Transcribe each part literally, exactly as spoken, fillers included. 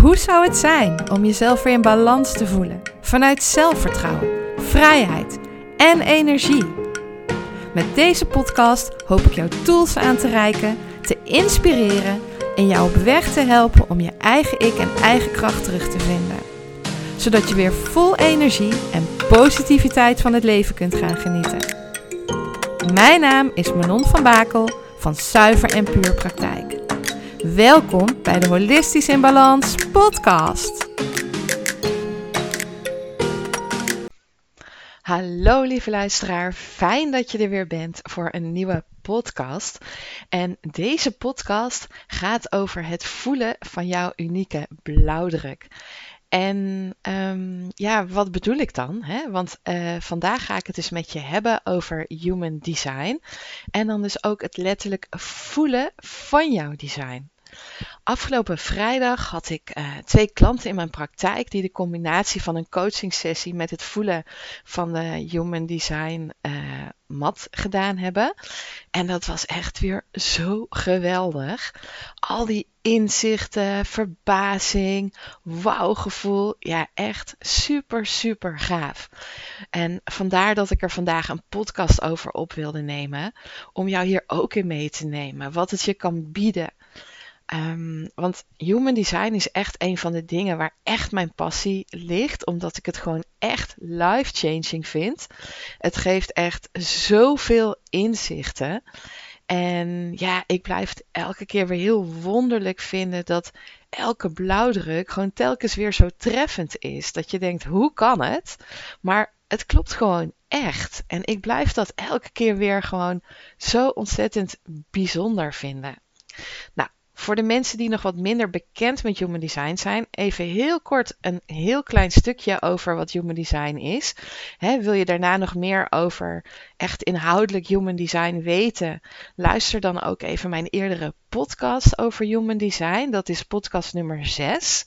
Hoe zou het zijn om jezelf weer in balans te voelen, vanuit zelfvertrouwen, vrijheid en energie? Met deze podcast hoop ik jou tools aan te reiken, te inspireren en jou op weg te helpen om je eigen ik en eigen kracht terug te vinden. Zodat je weer vol energie en positiviteit van het leven kunt gaan genieten. Mijn naam is Manon van Bakel van Zuiver en Puur Praktijk. Welkom bij de Holistisch in Balans podcast. Hallo lieve luisteraar, fijn dat je er weer bent voor een nieuwe podcast. En deze podcast gaat over het voelen van jouw unieke blauwdruk. En um, ja, wat bedoel ik dan? Hè? Want uh, vandaag ga ik het dus met je hebben over human design. En dan dus ook het letterlijk voelen van jouw design. Afgelopen vrijdag had ik uh, twee klanten in mijn praktijk die de combinatie van een coachingsessie met het voelen van de human design uh, mat gedaan hebben. En dat was echt weer zo geweldig. Al die inzichten, verbazing, wauwgevoel. Ja, echt super, super gaaf. En vandaar dat ik er vandaag een podcast over op wilde nemen. Om jou hier ook in mee te nemen. Wat het je kan bieden. Um, want human design is echt een van de dingen waar echt mijn passie ligt. Omdat ik het gewoon echt life-changing vind. Het geeft echt zoveel inzichten. En ja, ik blijf het elke keer weer heel wonderlijk vinden dat elke blauwdruk gewoon telkens weer zo treffend is. Dat je denkt, hoe kan het? Maar het klopt gewoon echt. En ik blijf dat elke keer weer gewoon zo ontzettend bijzonder vinden. Nou. Voor de mensen die nog wat minder bekend met Human Design zijn, even heel kort een heel klein stukje over wat Human Design is. He, wil je daarna nog meer over echt inhoudelijk Human Design weten? Luister dan ook even mijn eerdere podcast over Human Design. Dat is podcast nummer zes.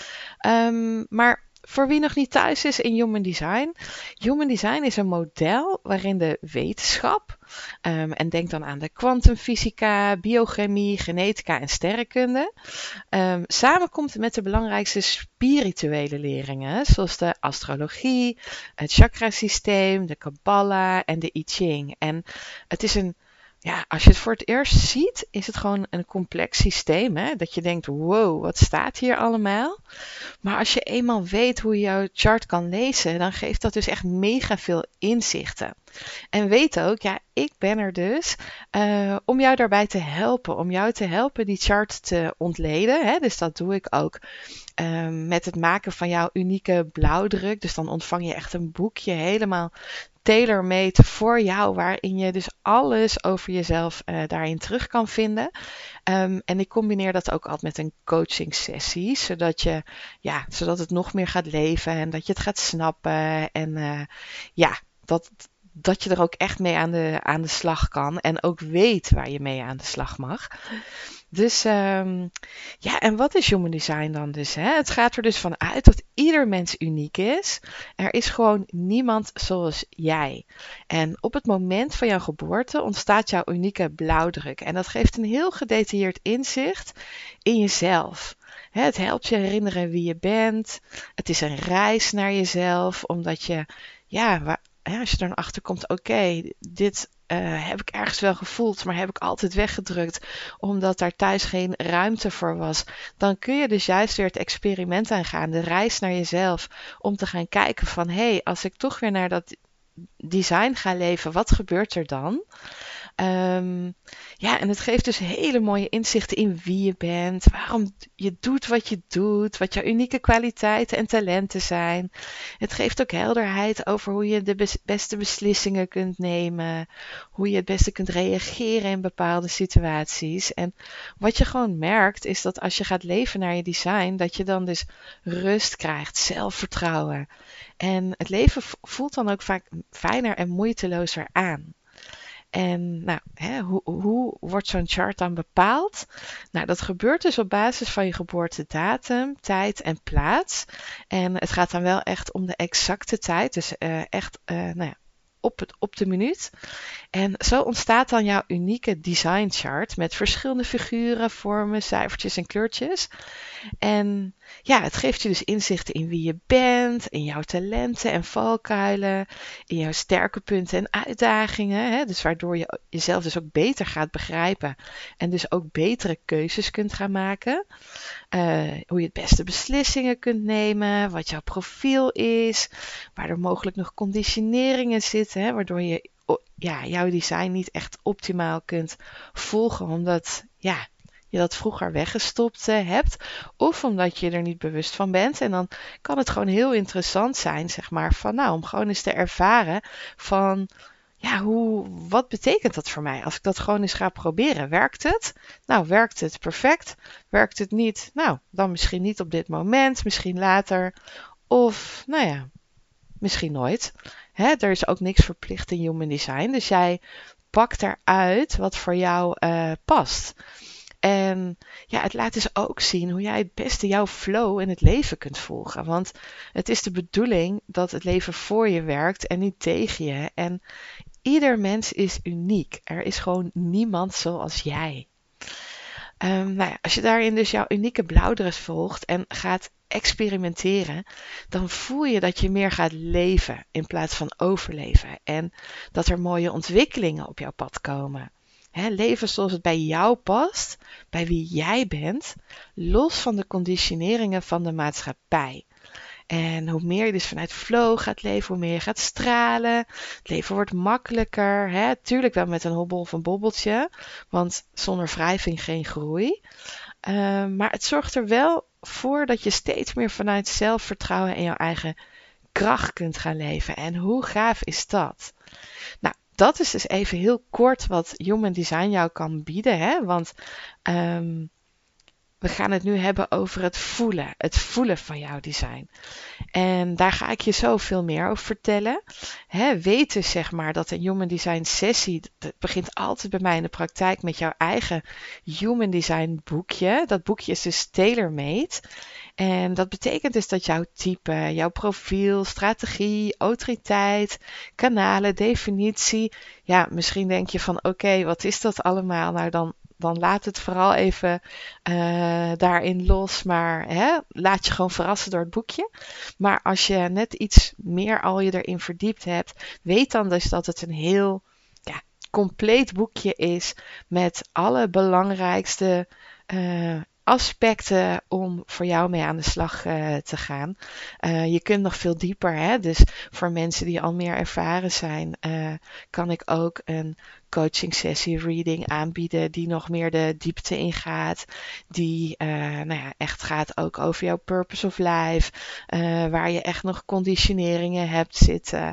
Um, maar voor wie nog niet thuis is in Human Design. Human Design is een model waarin de wetenschap, um, en denk dan aan de kwantumfysica, biochemie, genetica en sterrenkunde, um, samenkomt met de belangrijkste spirituele leringen, zoals de astrologie, het chakrasysteem, de kabbala en de I Ching. En het is een Ja, als je het voor het eerst ziet, is het gewoon een complex systeem. Hè? Dat je denkt, wow, wat staat hier allemaal? Maar als je eenmaal weet hoe je jouw chart kan lezen, dan geeft dat dus echt mega veel inzichten. En weet ook, ja, ik ben er dus uh, om jou daarbij te helpen. Om jou te helpen die chart te ontleden. Hè? Dus dat doe ik ook uh, met het maken van jouw unieke blauwdruk. Dus dan ontvang je echt een boekje helemaal tailor-made voor jou, waarin je dus alles over jezelf uh, daarin terug kan vinden. Um, en ik combineer dat ook altijd met een coaching sessie, zodat je, ja, zodat het nog meer gaat leven en dat je het gaat snappen en uh, ja, dat, dat je er ook echt mee aan de, aan de slag kan en ook weet waar je mee aan de slag mag. Dus um, ja, en wat is Human Design dan dus? Hè? Het gaat er dus van uit dat ieder mens uniek is. Er is gewoon niemand zoals jij. En op het moment van jouw geboorte ontstaat jouw unieke blauwdruk. En dat geeft een heel gedetailleerd inzicht in jezelf. Hè, het helpt je herinneren wie je bent. Het is een reis naar jezelf, omdat je, ja, waar, hè, als je er dan achter komt, oké, okay, dit Uh, heb ik ergens wel gevoeld, maar heb ik altijd weggedrukt, omdat daar thuis geen ruimte voor was. Dan kun je dus juist weer het experiment aangaan, de reis naar jezelf, om te gaan kijken van, hé, hey, als ik toch weer naar dat design ga leven, wat gebeurt er dan? Um, ja, en het geeft dus hele mooie inzichten in wie je bent, waarom je doet wat je doet, wat jouw unieke kwaliteiten en talenten zijn. Het geeft ook helderheid over hoe je de bes- beste beslissingen kunt nemen, hoe je het beste kunt reageren in bepaalde situaties. En wat je gewoon merkt is dat als je gaat leven naar je design, dat je dan dus rust krijgt, zelfvertrouwen. En het leven voelt dan ook vaak fijner en moeitelozer aan. En nou, hè, hoe, hoe wordt zo'n chart dan bepaald? Nou, dat gebeurt dus op basis van je geboortedatum, tijd en plaats. En het gaat dan wel echt om de exacte tijd. Dus uh, echt uh, nou ja, op, het, op de minuut. En zo ontstaat dan jouw unieke design chart met verschillende figuren, vormen, cijfertjes en kleurtjes. En ja, het geeft je dus inzichten in wie je bent, in jouw talenten en valkuilen, in jouw sterke punten en uitdagingen. Hè? Dus waardoor je jezelf dus ook beter gaat begrijpen en dus ook betere keuzes kunt gaan maken. Uh, hoe je het beste beslissingen kunt nemen, wat jouw profiel is, waar er mogelijk nog conditioneringen zitten, hè? Waardoor je ja, jouw design niet echt optimaal kunt volgen, omdat ja, je dat vroeger weggestopt uh, hebt, of omdat je er niet bewust van bent. En dan kan het gewoon heel interessant zijn, zeg maar, van nou, om gewoon eens te ervaren van, ja, hoe, wat betekent dat voor mij? Als ik dat gewoon eens ga proberen, werkt het? Nou, werkt het perfect? Werkt het niet? Nou, dan misschien niet op dit moment, misschien later, of, nou ja, misschien nooit. Hè, er is ook niks verplicht in human design, dus jij pakt eruit wat voor jou uh, past. En ja, het laat dus ook zien hoe jij het beste jouw flow in het leven kunt volgen. Want het is de bedoeling dat het leven voor je werkt en niet tegen je. En ieder mens is uniek. Er is gewoon niemand zoals jij. Um, nou ja, als je daarin dus jouw unieke blauwdrus volgt en gaat experimenteren, dan voel je dat je meer gaat leven in plaats van overleven. En dat er mooie ontwikkelingen op jouw pad komen. He, leven zoals het bij jou past, bij wie jij bent, los van de conditioneringen van de maatschappij. En hoe meer je dus vanuit flow gaat leven, hoe meer je gaat stralen. Het leven wordt makkelijker. Hè? Tuurlijk wel met een hobbel of een bobbeltje, want zonder wrijving geen groei. Uh, maar het zorgt er wel voor dat je steeds meer vanuit zelfvertrouwen en jouw eigen kracht kunt gaan leven. En hoe gaaf is dat? Nou, dat is dus even heel kort wat Human Design jou kan bieden. Hè? Want um, we gaan het nu hebben over het voelen. Het voelen van jouw design. En daar ga ik je zoveel meer over vertellen. He, weet dus zeg maar dat een Human Design sessie, dat begint altijd bij mij in de praktijk met jouw eigen Human Design boekje. Dat boekje is dus tailor-made. En dat betekent dus dat jouw type, jouw profiel, strategie, autoriteit, kanalen, definitie. Ja, misschien denk je van oké, okay, wat is dat allemaal? Nou dan... Dan laat het vooral even uh, daarin los. Maar hè, laat je gewoon verrassen door het boekje. Maar als je net iets meer al je erin verdiept hebt, weet dan dus dat het een heel ja, compleet boekje is. Met alle belangrijkste uh, aspecten om voor jou mee aan de slag uh, te gaan. Uh, je kunt nog veel dieper. Hè? Dus voor mensen die al meer ervaren zijn, uh, kan ik ook een coaching sessie, reading aanbieden die nog meer de diepte ingaat. Die uh, nou ja, echt gaat ook over jouw purpose of life. Uh, waar je echt nog conditioneringen hebt zitten.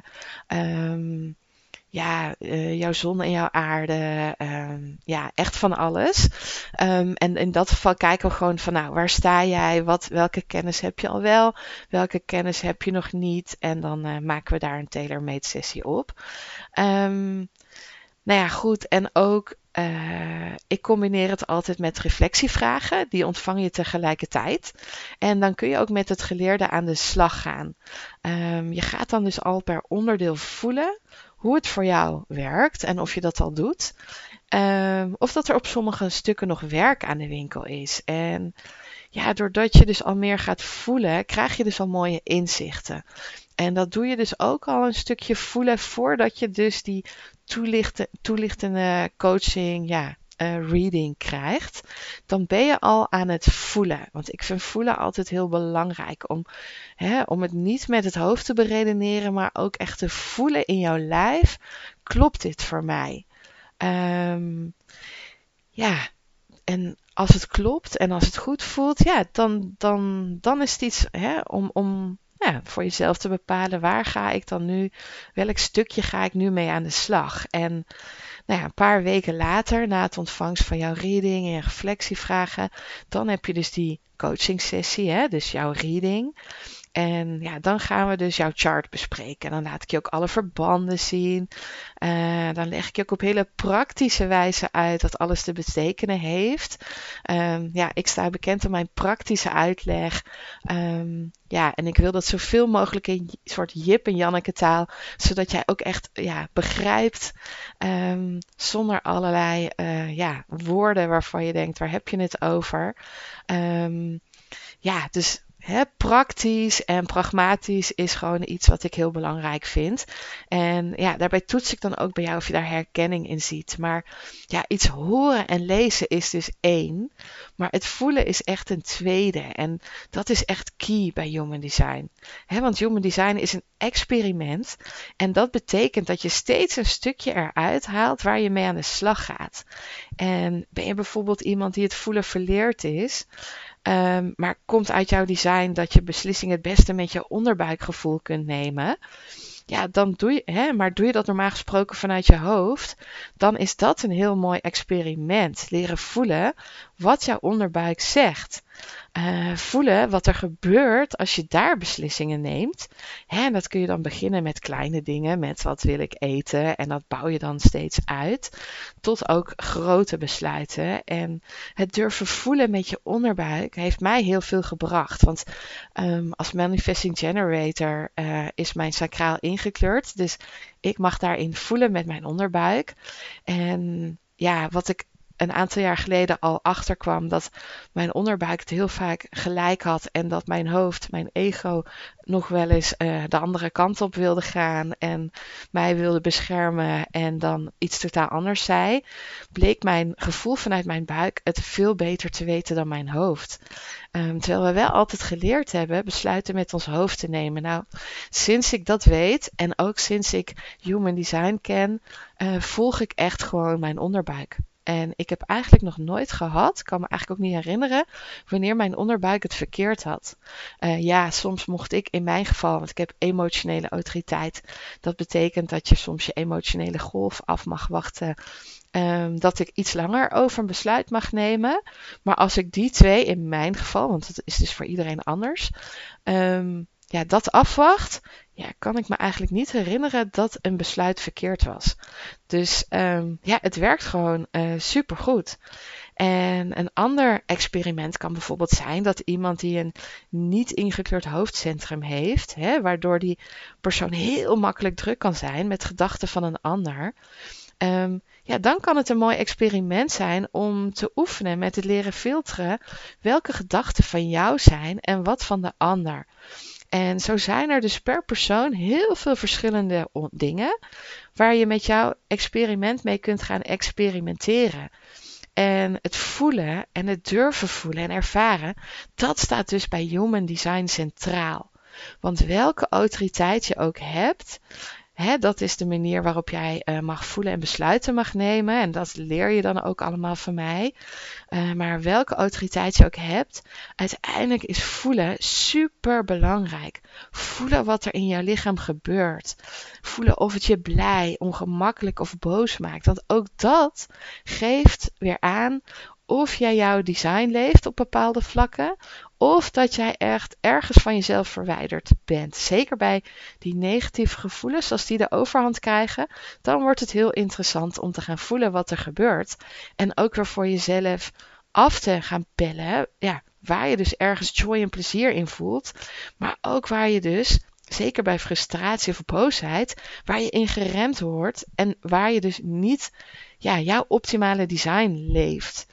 Um, ja, uh, jouw zon en jouw aarde. Um, ja, echt van alles. Um, en in dat geval kijken we gewoon van nou, waar sta jij? Wat, welke kennis heb je al wel? Welke kennis heb je nog niet? En dan uh, maken we daar een tailor-made sessie op. Um, Nou ja, goed. En ook, uh, ik combineer het altijd met reflectievragen. Die ontvang je tegelijkertijd. En dan kun je ook met het geleerde aan de slag gaan. Um, je gaat dan dus al per onderdeel voelen hoe het voor jou werkt. En of je dat al doet. Um, of dat er op sommige stukken nog werk aan de winkel is. En ja, doordat je dus al meer gaat voelen, krijg je dus al mooie inzichten. En dat doe je dus ook al een stukje voelen voordat je dus die toelichten, toelichtende coaching, ja, uh, reading krijgt. Dan ben je al aan het voelen. Want ik vind voelen altijd heel belangrijk om, hè, om het niet met het hoofd te beredeneren, maar ook echt te voelen in jouw lijf. Klopt dit voor mij? Um, ja, en als het klopt en als het goed voelt, ja, dan, dan, dan is het iets hè, om, om ja, voor jezelf te bepalen, waar ga ik dan nu, welk stukje ga ik nu mee aan de slag? En nou ja, een paar weken later, na het ontvangst van jouw reading en reflectievragen, dan heb je dus die coaching sessie, hè, dus jouw reading. En ja, dan gaan we dus jouw chart bespreken. En dan laat ik je ook alle verbanden zien. Uh, dan leg ik je ook op hele praktische wijze uit wat alles te betekenen heeft. Um, ja, ik sta bekend om mijn praktische uitleg. Um, ja, en ik wil dat zoveel mogelijk in een soort Jip en Janneke taal, zodat jij ook echt ja, begrijpt, um, zonder allerlei uh, ja, woorden waarvan je denkt, waar heb je het over? Um, ja, dus He, praktisch en pragmatisch is gewoon iets wat ik heel belangrijk vind. En ja, daarbij toets ik dan ook bij jou of je daar herkenning in ziet. Maar ja, iets horen en lezen is dus één. Maar het voelen is echt een tweede. En dat is echt key bij Human Design. He, want Human Design is een experiment. En dat betekent dat je steeds een stukje eruit haalt waar je mee aan de slag gaat. En ben je bijvoorbeeld iemand die het voelen verleerd is, Um, maar komt uit jouw design dat je beslissingen het beste met je onderbuikgevoel kunt nemen. Ja, dan doe je, hè, maar doe je dat normaal gesproken vanuit je hoofd, dan is dat een heel mooi experiment. Leren voelen wat jouw onderbuik zegt. Uh, voelen wat er gebeurt als je daar beslissingen neemt. Hè, en dat kun je dan beginnen met kleine dingen, met wat wil ik eten. En dat bouw je dan steeds uit. Tot ook grote besluiten. En het durven voelen met je onderbuik heeft mij heel veel gebracht. Want um, als Manifesting Generator uh, is mijn sacraal ingekleurd. Dus ik mag daarin voelen met mijn onderbuik. En ja, wat ik een aantal jaar geleden al achterkwam, dat mijn onderbuik het heel vaak gelijk had en dat mijn hoofd, mijn ego, nog wel eens uh, de andere kant op wilde gaan en mij wilde beschermen en dan iets totaal anders zei, bleek mijn gevoel vanuit mijn buik het veel beter te weten dan mijn hoofd. Um, terwijl we wel altijd geleerd hebben besluiten met ons hoofd te nemen. Nou, sinds ik dat weet en ook sinds ik Human Design ken, uh, volg ik echt gewoon mijn onderbuik. En ik heb eigenlijk nog nooit gehad, kan me eigenlijk ook niet herinneren, wanneer mijn onderbuik het verkeerd had. Uh, ja, soms mocht ik in mijn geval, want ik heb emotionele autoriteit. Dat betekent dat je soms je emotionele golf af mag wachten. Um, dat ik iets langer over een besluit mag nemen. Maar als ik die twee in mijn geval, want dat is dus voor iedereen anders, um, ja, dat afwacht, ja, kan ik me eigenlijk niet herinneren dat een besluit verkeerd was. Dus um, ja, het werkt gewoon uh, supergoed. En een ander experiment kan bijvoorbeeld zijn dat iemand die een niet ingekleurd hoofdcentrum heeft, hè, waardoor die persoon heel makkelijk druk kan zijn met gedachten van een ander. Um, ja, dan kan het een mooi experiment zijn om te oefenen met het leren filteren welke gedachten van jou zijn en wat van de ander. En zo zijn er dus per persoon heel veel verschillende dingen waar je met jouw experiment mee kunt gaan experimenteren. En het voelen en het durven voelen en ervaren, dat staat dus bij Human Design centraal. Want welke autoriteit je ook hebt, hè, dat is de manier waarop jij uh, mag voelen en besluiten mag nemen. En dat leer je dan ook allemaal van mij. Uh, maar welke autoriteit je ook hebt, uiteindelijk is voelen super belangrijk. Voelen wat er in jouw lichaam gebeurt. Voelen of het je blij, ongemakkelijk of boos maakt. Want ook dat geeft weer aan of jij jouw design leeft op bepaalde vlakken, of dat jij echt ergens van jezelf verwijderd bent. Zeker bij die negatieve gevoelens, als die de overhand krijgen, dan wordt het heel interessant om te gaan voelen wat er gebeurt. En ook weer voor jezelf af te gaan pellen, ja, waar je dus ergens joy en plezier in voelt, maar ook waar je dus, zeker bij frustratie of boosheid, waar je in geremd wordt en waar je dus niet ja, jouw optimale design leeft.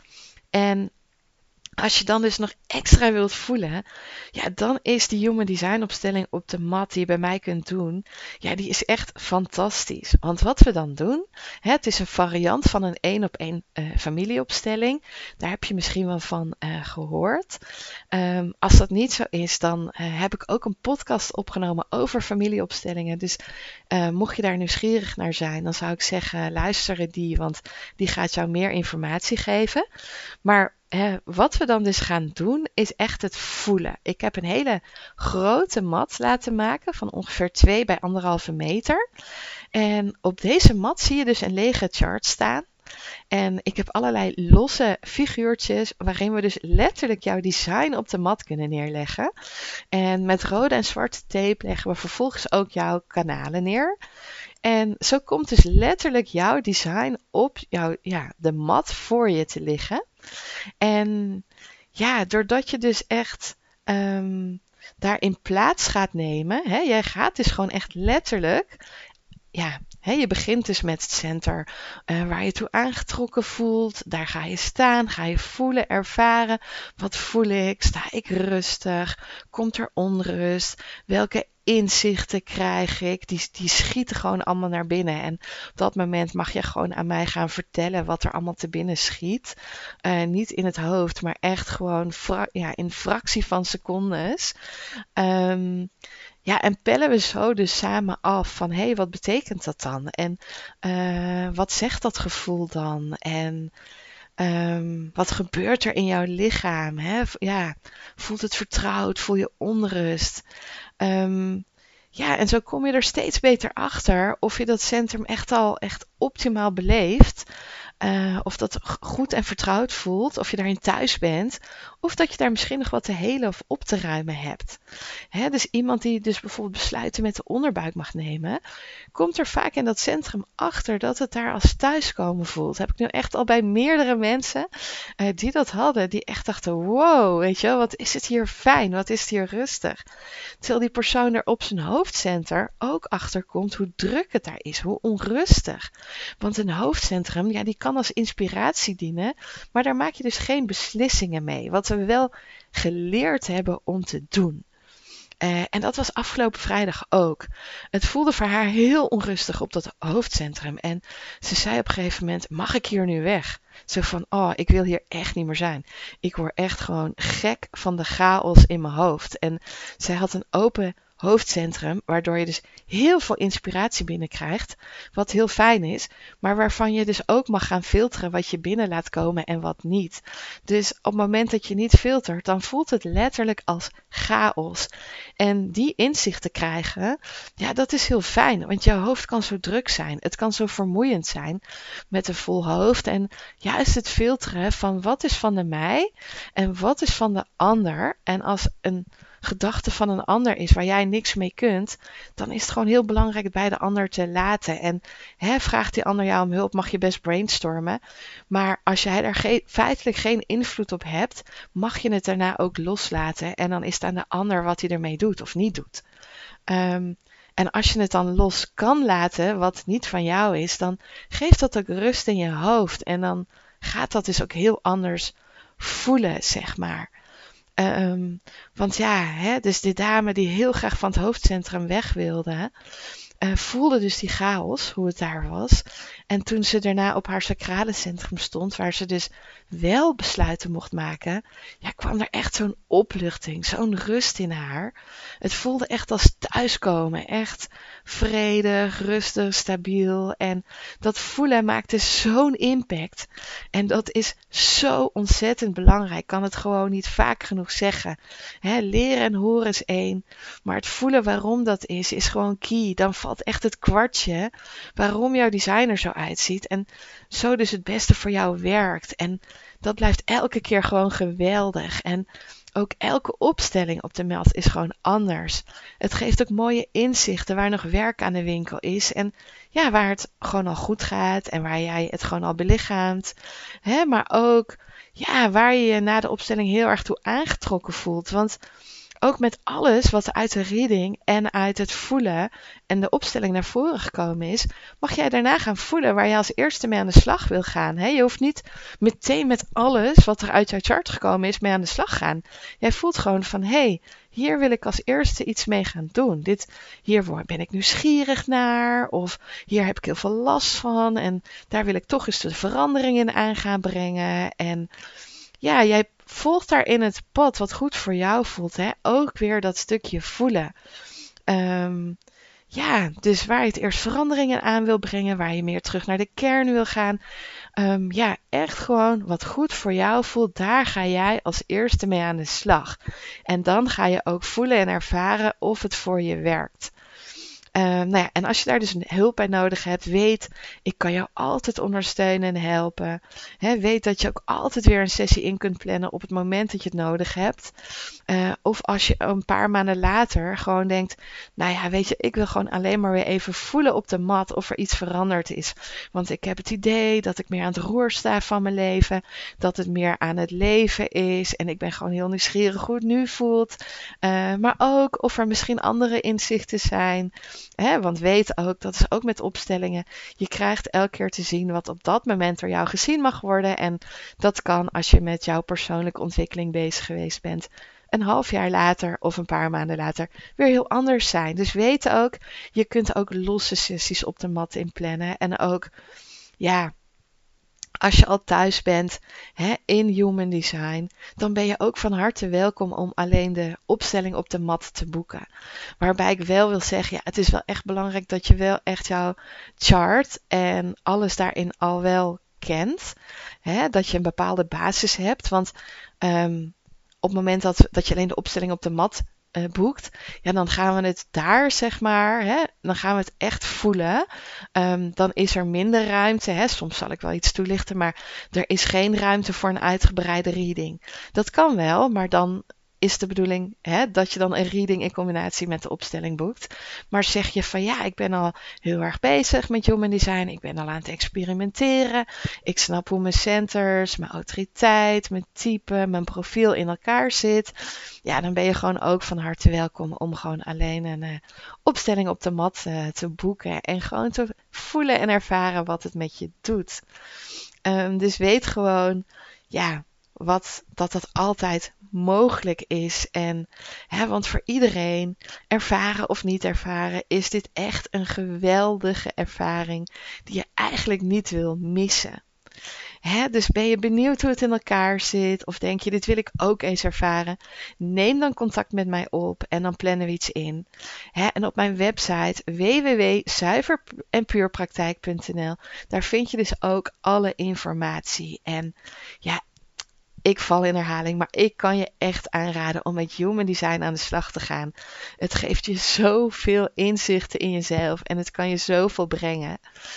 En als je dan dus nog extra wilt voelen, ja, dan is die Human Design opstelling op de mat die je bij mij kunt doen, ja, die is echt fantastisch. Want wat we dan doen, hè, het is een variant van een één op één uh, familieopstelling. Daar heb je misschien wel van uh, gehoord. Um, als dat niet zo is, dan uh, heb ik ook een podcast opgenomen over familieopstellingen. Dus uh, mocht je daar nieuwsgierig naar zijn, dan zou ik zeggen, luisteren die, want die gaat jou meer informatie geven. Maar Uh, wat we dan dus gaan doen, is echt het voelen. Ik heb een hele grote mat laten maken van ongeveer twee bij anderhalve meter. En op deze mat zie je dus een lege chart staan. En ik heb allerlei losse figuurtjes waarin we dus letterlijk jouw design op de mat kunnen neerleggen. En met rode en zwarte tape leggen we vervolgens ook jouw kanalen neer. En zo komt dus letterlijk jouw design op jouw, ja, de mat voor je te liggen. En ja, doordat je dus echt um, daarin plaats gaat nemen, hè, jij gaat dus gewoon echt letterlijk, ja, hè, je begint dus met het center uh, waar je toe aangetrokken voelt. Daar ga je staan, ga je voelen, ervaren. Wat voel ik? Sta ik rustig? Komt er onrust? Welke inzichten krijg ik? Die, die schieten gewoon allemaal naar binnen. En op dat moment mag je gewoon aan mij gaan vertellen wat er allemaal te binnen schiet. Uh, niet in het hoofd, maar echt gewoon fra- ja, in fractie van secondes. Um, Ja, en pellen we zo dus samen af van, hé, hey, wat betekent dat dan? En uh, wat zegt dat gevoel dan? En um, wat gebeurt er in jouw lichaam? Hè? Ja, voelt het vertrouwd? Voel je onrust? Um, ja, en zo kom je er steeds beter achter of je dat centrum echt al echt optimaal beleeft. Uh, of dat goed en vertrouwd voelt, of je daarin thuis bent, of dat je daar misschien nog wat te helen of op te ruimen hebt. Hè, dus iemand die dus bijvoorbeeld besluiten met de onderbuik mag nemen, komt er vaak in dat centrum achter dat het daar als thuiskomen voelt. Heb ik nu echt al bij meerdere mensen uh, die dat hadden, die echt dachten, wow, weet je wel, wat is het hier fijn, wat is het hier rustig. Terwijl die persoon er op zijn hoofdcenter ook achter komt hoe druk het daar is, hoe onrustig. Want een hoofdcentrum, ja, die kan als inspiratie dienen, maar daar maak je dus geen beslissingen mee. Wat we wel geleerd hebben om te doen. Uh, en dat was afgelopen vrijdag ook. Het voelde voor haar heel onrustig op dat hoofdcentrum. En ze zei op een gegeven moment, mag ik hier nu weg? Zo van, oh, ik wil hier echt niet meer zijn. Ik word echt gewoon gek van de chaos in mijn hoofd. En zij had een open hoofdcentrum, waardoor je dus heel veel inspiratie binnenkrijgt, wat heel fijn is, maar waarvan je dus ook mag gaan filteren wat je binnen laat komen en wat niet. Dus op het moment dat je niet filtert, dan voelt het letterlijk als chaos. En die inzichten krijgen, ja, dat is heel fijn, want jouw hoofd kan zo druk zijn. Het kan zo vermoeiend zijn met een vol hoofd. En juist het filteren van wat is van de mij en wat is van de ander. En als een gedachte van een ander is waar jij niks mee kunt, dan is het gewoon heel belangrijk het bij de ander te laten. En hè, vraagt die ander jou om hulp, mag je best brainstormen. Maar als jij daar ge- feitelijk geen invloed op hebt, mag je het daarna ook loslaten. En dan is het aan de ander wat hij ermee doet of niet doet. Um, en als je het dan los kan laten, wat niet van jou is, dan geeft dat ook rust in je hoofd. En dan gaat dat dus ook heel anders voelen, zeg maar. Um, want ja, hè, dus die dame die heel graag van het hoofdcentrum weg wilde, uh, voelde dus die chaos, hoe het daar was. En toen ze daarna op haar sacrale centrum stond, waar ze dus wel besluiten mocht maken, ja, kwam er echt zo'n opluchting, zo'n rust in haar. Het voelde echt als thuiskomen, echt vredig, rustig, stabiel. En dat voelen maakte zo'n impact. En dat is zo ontzettend belangrijk. Ik kan het gewoon niet vaak genoeg zeggen. Hè, leren en horen is één, maar het voelen waarom dat is, is gewoon key. Dan valt echt het kwartje waarom jouw design er zo uitziet en zo dus het beste voor jou werkt. En dat blijft elke keer gewoon geweldig. En ook elke opstelling op de mat is gewoon anders. Het geeft ook mooie inzichten waar nog werk aan de winkel is. En ja, waar het gewoon al goed gaat en waar jij het gewoon al belichaamt. Hè, maar ook ja, waar je je na de opstelling heel erg toe aangetrokken voelt. Want ook met alles wat uit de reading en uit het voelen en de opstelling naar voren gekomen is, mag jij daarna gaan voelen waar je als eerste mee aan de slag wil gaan. Hè? Je hoeft niet meteen met alles wat er uit jouw chart gekomen is mee aan de slag gaan. Jij voelt gewoon van, hé, hey, hier wil ik als eerste iets mee gaan doen. Dit, hier ben ik nieuwsgierig naar, of hier heb ik heel veel last van en daar wil ik toch eens de verandering in aan gaan brengen. En ja, jij volgt daarin het pad wat goed voor jou voelt. Hè? Ook weer dat stukje voelen. Um, ja, dus waar je het eerst veranderingen aan wil brengen. Waar je meer terug naar de kern wil gaan. Um, ja, echt gewoon wat goed voor jou voelt. Daar ga jij als eerste mee aan de slag. En dan ga je ook voelen en ervaren of het voor je werkt. Uh, nou ja, en als je daar dus hulp bij nodig hebt, weet, ik kan jou altijd ondersteunen en helpen. He, weet dat je ook altijd weer een sessie in kunt plannen op het moment dat je het nodig hebt. Uh, of als je een paar maanden later gewoon denkt, nou ja, weet je, ik wil gewoon alleen maar weer even voelen op de mat of er iets veranderd is. Want ik heb het idee dat ik meer aan het roer sta van mijn leven, dat het meer aan het leven is en ik ben gewoon heel nieuwsgierig hoe het nu voelt. Uh, maar ook of er misschien andere inzichten zijn. Hè, want weet ook, dat is ook met opstellingen, je krijgt elke keer te zien wat op dat moment door jou gezien mag worden. En dat kan als je met jouw persoonlijke ontwikkeling bezig geweest bent, een half jaar later of een paar maanden later weer heel anders zijn. Dus weet ook, je kunt ook losse sessies op de mat inplannen. En ook, ja, als je al thuis bent hè, in Human Design, dan ben je ook van harte welkom om alleen de opstelling op de mat te boeken. Waarbij ik wel wil zeggen, ja, het is wel echt belangrijk dat je wel echt jouw chart en alles daarin al wel kent. Hè, dat je een bepaalde basis hebt, want um, op het moment dat, dat je alleen de opstelling op de mat uh, boekt, ja, dan gaan we het daar, zeg maar, hè, dan gaan we het echt voelen. Um, dan is er minder ruimte. Hè. Soms zal ik wel iets toelichten, maar er is geen ruimte voor een uitgebreide reading. Dat kan wel, maar dan is de bedoeling hè, dat je dan een reading in combinatie met de opstelling boekt. Maar zeg je van ja, ik ben al heel erg bezig met Human Design. Ik ben al aan het experimenteren. Ik snap hoe mijn centers, mijn autoriteit, mijn type, mijn profiel in elkaar zit. Ja, dan ben je gewoon ook van harte welkom om gewoon alleen een uh, opstelling op de mat uh, te boeken. En gewoon te voelen en ervaren wat het met je doet. Um, dus weet gewoon, ja, wat, dat dat altijd mogelijk is. En, hè, want voor iedereen, ervaren of niet ervaren, is dit echt een geweldige ervaring die je eigenlijk niet wil missen. Hè, dus ben je benieuwd hoe het in elkaar zit? Of denk je, dit wil ik ook eens ervaren? Neem dan contact met mij op en dan plannen we iets in. Hè, en op mijn website w w w punt zuiver en puur praktijk punt n l daar vind je dus ook alle informatie. En ja, ik val in herhaling, maar ik kan je echt aanraden om met Human Design aan de slag te gaan. Het geeft je zoveel inzichten in jezelf en het kan je zoveel brengen.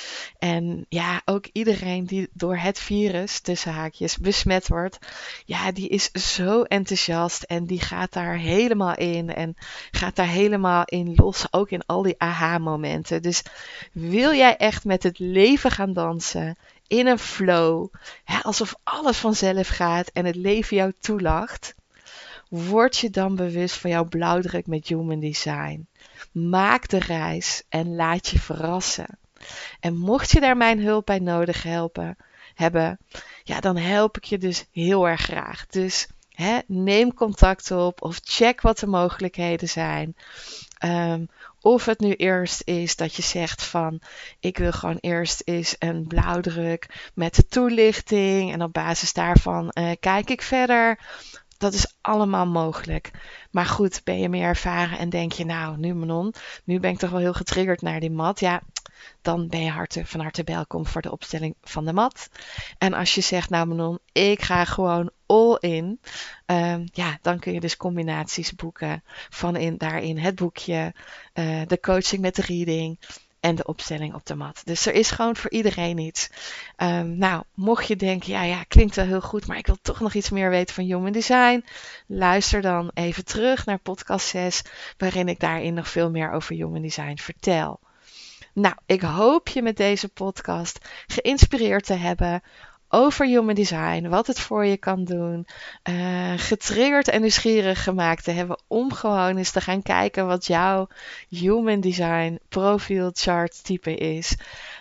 En ja, ook iedereen die door het virus, tussen haakjes, besmet wordt, ja, die is zo enthousiast en die gaat daar helemaal in en gaat daar helemaal in los, ook in al die aha-momenten. Dus wil jij echt met het leven gaan dansen, in een flow, hè, alsof alles vanzelf gaat en het leven jou toelacht, word je dan bewust van jouw blauwdruk met Human Design. Maak de reis en laat je verrassen. En mocht je daar mijn hulp bij nodig helpen, hebben, ja, dan help ik je dus heel erg graag. Dus hè, neem contact op of check wat de mogelijkheden zijn. Um, Of het nu eerst is dat je zegt van, ik wil gewoon eerst eens een blauwdruk met de toelichting en op basis daarvan uh, kijk ik verder. Dat is allemaal mogelijk. Maar goed, ben je meer ervaren en denk je, nou, nu Manon, nu ben ik toch wel heel getriggerd naar die mat. Ja, dan ben je harte, van harte welkom voor de opstelling van de mat. En als je zegt, nou Manon, ik ga gewoon all in. Um, ja, dan kun je dus combinaties boeken van in, daarin het boekje, uh, de coaching met de reading en de opstelling op de mat. Dus er is gewoon voor iedereen iets. Um, nou, mocht je denken, ja, ja, klinkt wel heel goed, maar ik wil toch nog iets meer weten van Human Design. Luister dan even terug naar podcast zes, waarin ik daarin nog veel meer over Human Design vertel. Nou, ik hoop je met deze podcast geïnspireerd te hebben over Human Design, wat het voor je kan doen, uh, getriggerd en nieuwsgierig gemaakt te hebben om gewoon eens te gaan kijken wat jouw Human Design profiel chart type is.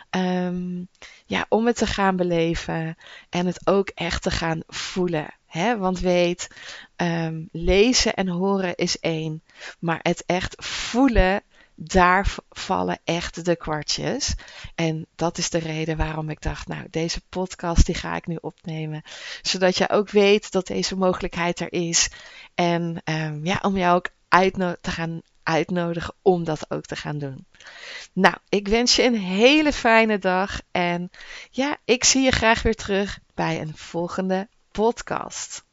Um, ja, om het te gaan beleven en het ook echt te gaan voelen. Hè? Want weet, um, lezen en horen is één, maar het echt voelen, daar vallen echt de kwartjes. En dat is de reden waarom ik dacht, nou, deze podcast die ga ik nu opnemen. Zodat je ook weet dat deze mogelijkheid er is. En um, ja, om jou ook uitno- te gaan uitnodigen om dat ook te gaan doen. Nou, ik wens je een hele fijne dag. En ja, ik zie je graag weer terug bij een volgende podcast.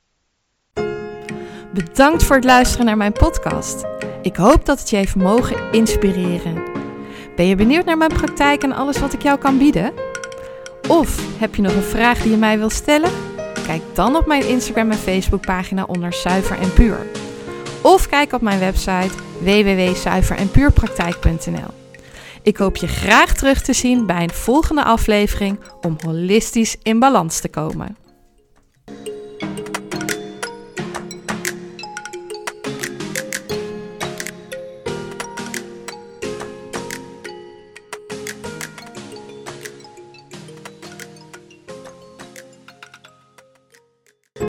Bedankt voor het luisteren naar mijn podcast. Ik hoop dat het je heeft mogen inspireren. Ben je benieuwd naar mijn praktijk en alles wat ik jou kan bieden? Of heb je nog een vraag die je mij wilt stellen? Kijk dan op mijn Instagram en Facebook pagina onder Zuiver en Puur. Of kijk op mijn website w w w punt zuiver en puur praktijk punt n l. Ik hoop je graag terug te zien bij een volgende aflevering om holistisch in balans te komen.